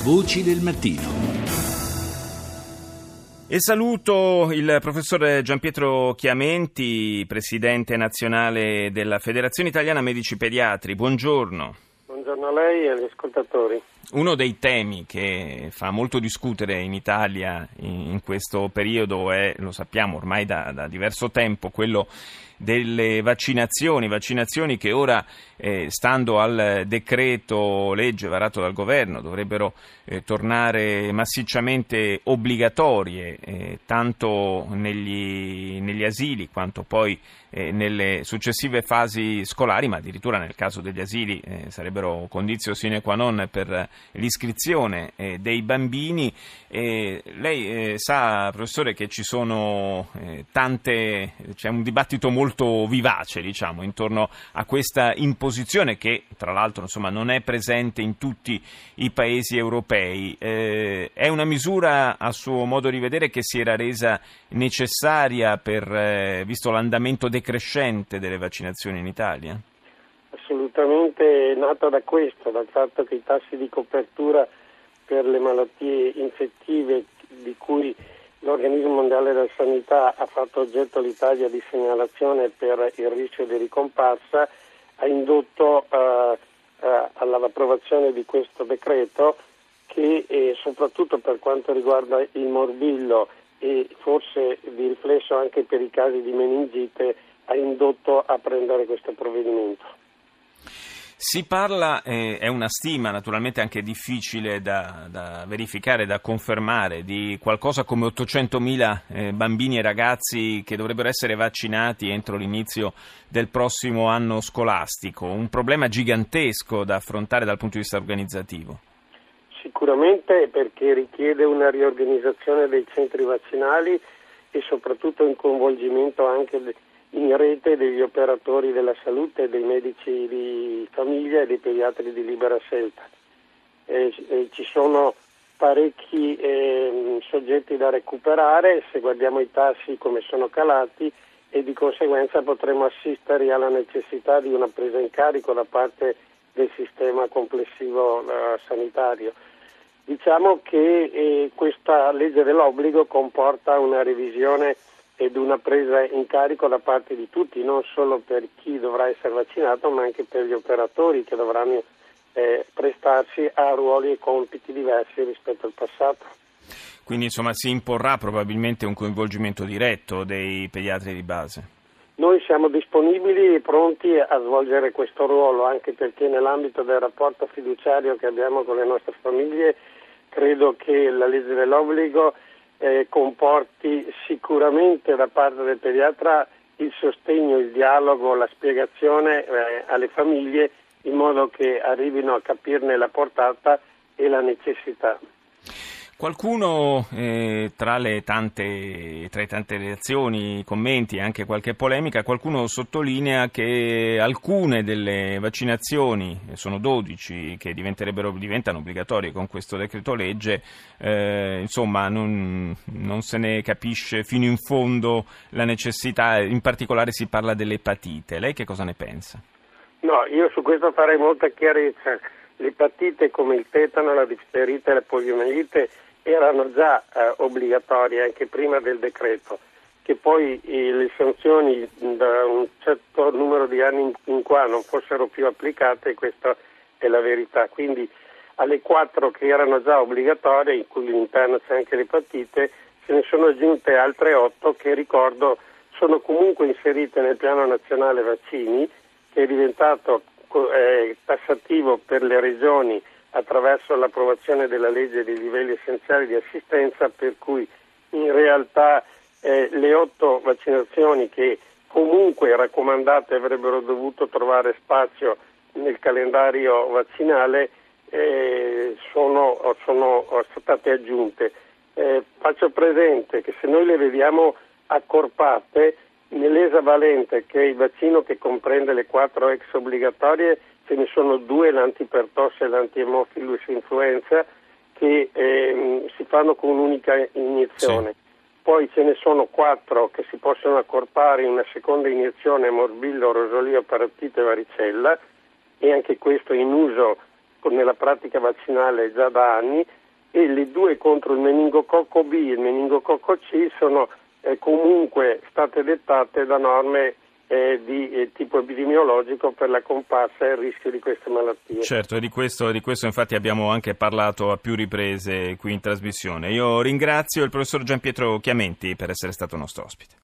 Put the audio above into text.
Voci del mattino. E saluto il professor Gianpietro Chiamenti, presidente nazionale della Federazione Italiana Medici Pediatri. Buongiorno. Buongiorno a lei e agli ascoltatori. Uno dei temi che fa molto discutere in Italia in questo periodo è, lo sappiamo ormai da diverso tempo, quello delle vaccinazioni che ora, stando al decreto legge varato dal governo, dovrebbero tornare massicciamente obbligatorie, tanto negli asili quanto poi nelle successive fasi scolari, ma addirittura nel caso degli asili sarebbero conditio sine qua non per l'iscrizione dei bambini. Lei sa, professore, che ci sono c'è un dibattito molto vivace, diciamo, intorno a questa imposizione che, tra l'altro, insomma, non è presente in tutti i paesi europei. È una misura, a suo modo di vedere, che si era resa necessaria visto l'andamento decrescente delle vaccinazioni in Italia? Assolutamente è nata da questo, dal fatto che i tassi di copertura per le malattie infettive di cui l'Organismo Mondiale della Sanità ha fatto oggetto l'Italia di segnalazione per il rischio di ricomparsa ha indotto all'approvazione di questo decreto che soprattutto per quanto riguarda il morbillo e forse di riflesso anche per i casi di meningite ha indotto a prendere questo provvedimento. Si parla, è una stima naturalmente anche difficile da verificare, da confermare, di qualcosa come 800.000 bambini e ragazzi che dovrebbero essere vaccinati entro l'inizio del prossimo anno scolastico. Un problema gigantesco da affrontare dal punto di vista organizzativo. Sicuramente, perché richiede una riorganizzazione dei centri vaccinali e soprattutto un coinvolgimento anche in rete degli operatori della salute, dei medici di famiglia e dei pediatri di libera scelta. Ci sono parecchi soggetti da recuperare se guardiamo i tassi come sono calati e di conseguenza potremo assistere alla necessità di una presa in carico da parte del sistema complessivo sanitario. Diciamo che questa legge dell'obbligo comporta una revisione ed una presa in carico da parte di tutti, non solo per chi dovrà essere vaccinato, ma anche per gli operatori che dovranno prestarsi a ruoli e compiti diversi rispetto al passato. Quindi insomma si imporrà probabilmente un coinvolgimento diretto dei pediatri di base. Noi siamo disponibili e pronti a svolgere questo ruolo, anche perché nell'ambito del rapporto fiduciario che abbiamo con le nostre famiglie credo che la legge dell'obbligo comporti sicuramente da parte del pediatra il sostegno, il dialogo, la spiegazione alle famiglie in modo che arrivino a capirne la portata e la necessità. Qualcuno tra le tante reazioni, commenti e anche qualche polemica, qualcuno sottolinea che alcune delle vaccinazioni, sono 12 che diventano obbligatorie con questo decreto legge, insomma non se ne capisce fino in fondo la necessità, in particolare si parla dell'epatite. Lei che cosa ne pensa? No, io su questo farei molta chiarezza. L'epatite come il tetano, la difterite e la poliomielite erano già obbligatorie anche prima del decreto, che poi le sanzioni da un certo numero di anni in qua non fossero più applicate, questa è la verità. Quindi alle 4 che erano già obbligatorie, in cui all'interno c'è anche l'epatite, se ne sono aggiunte altre 8 che, ricordo, sono comunque inserite nel piano nazionale vaccini, che è diventato tassativo per le regioni attraverso l'approvazione della legge dei livelli essenziali di assistenza, per cui in realtà le 8 vaccinazioni che comunque raccomandate avrebbero dovuto trovare spazio nel calendario vaccinale sono state aggiunte. Faccio presente che se noi le vediamo accorpate, nell'esavalente, che è il vaccino che comprende le 4 ex obbligatorie, ce ne sono 2, l'antipertosse e l'antiemophilus influenza, che si fanno con un'unica iniezione. Sì. Poi ce ne sono 4 che si possono accorpare in una seconda iniezione: morbillo, rosolio, parotite e varicella, e anche questo in uso nella pratica vaccinale già da anni, e le 2 contro il meningococco B e il meningococco C sono comunque state dettate da norme di tipo epidemiologico per la comparsa e il rischio di queste malattie. Certo, e di questo infatti abbiamo anche parlato a più riprese qui in trasmissione. Io ringrazio il professor Gianpietro Chiamenti per essere stato nostro ospite.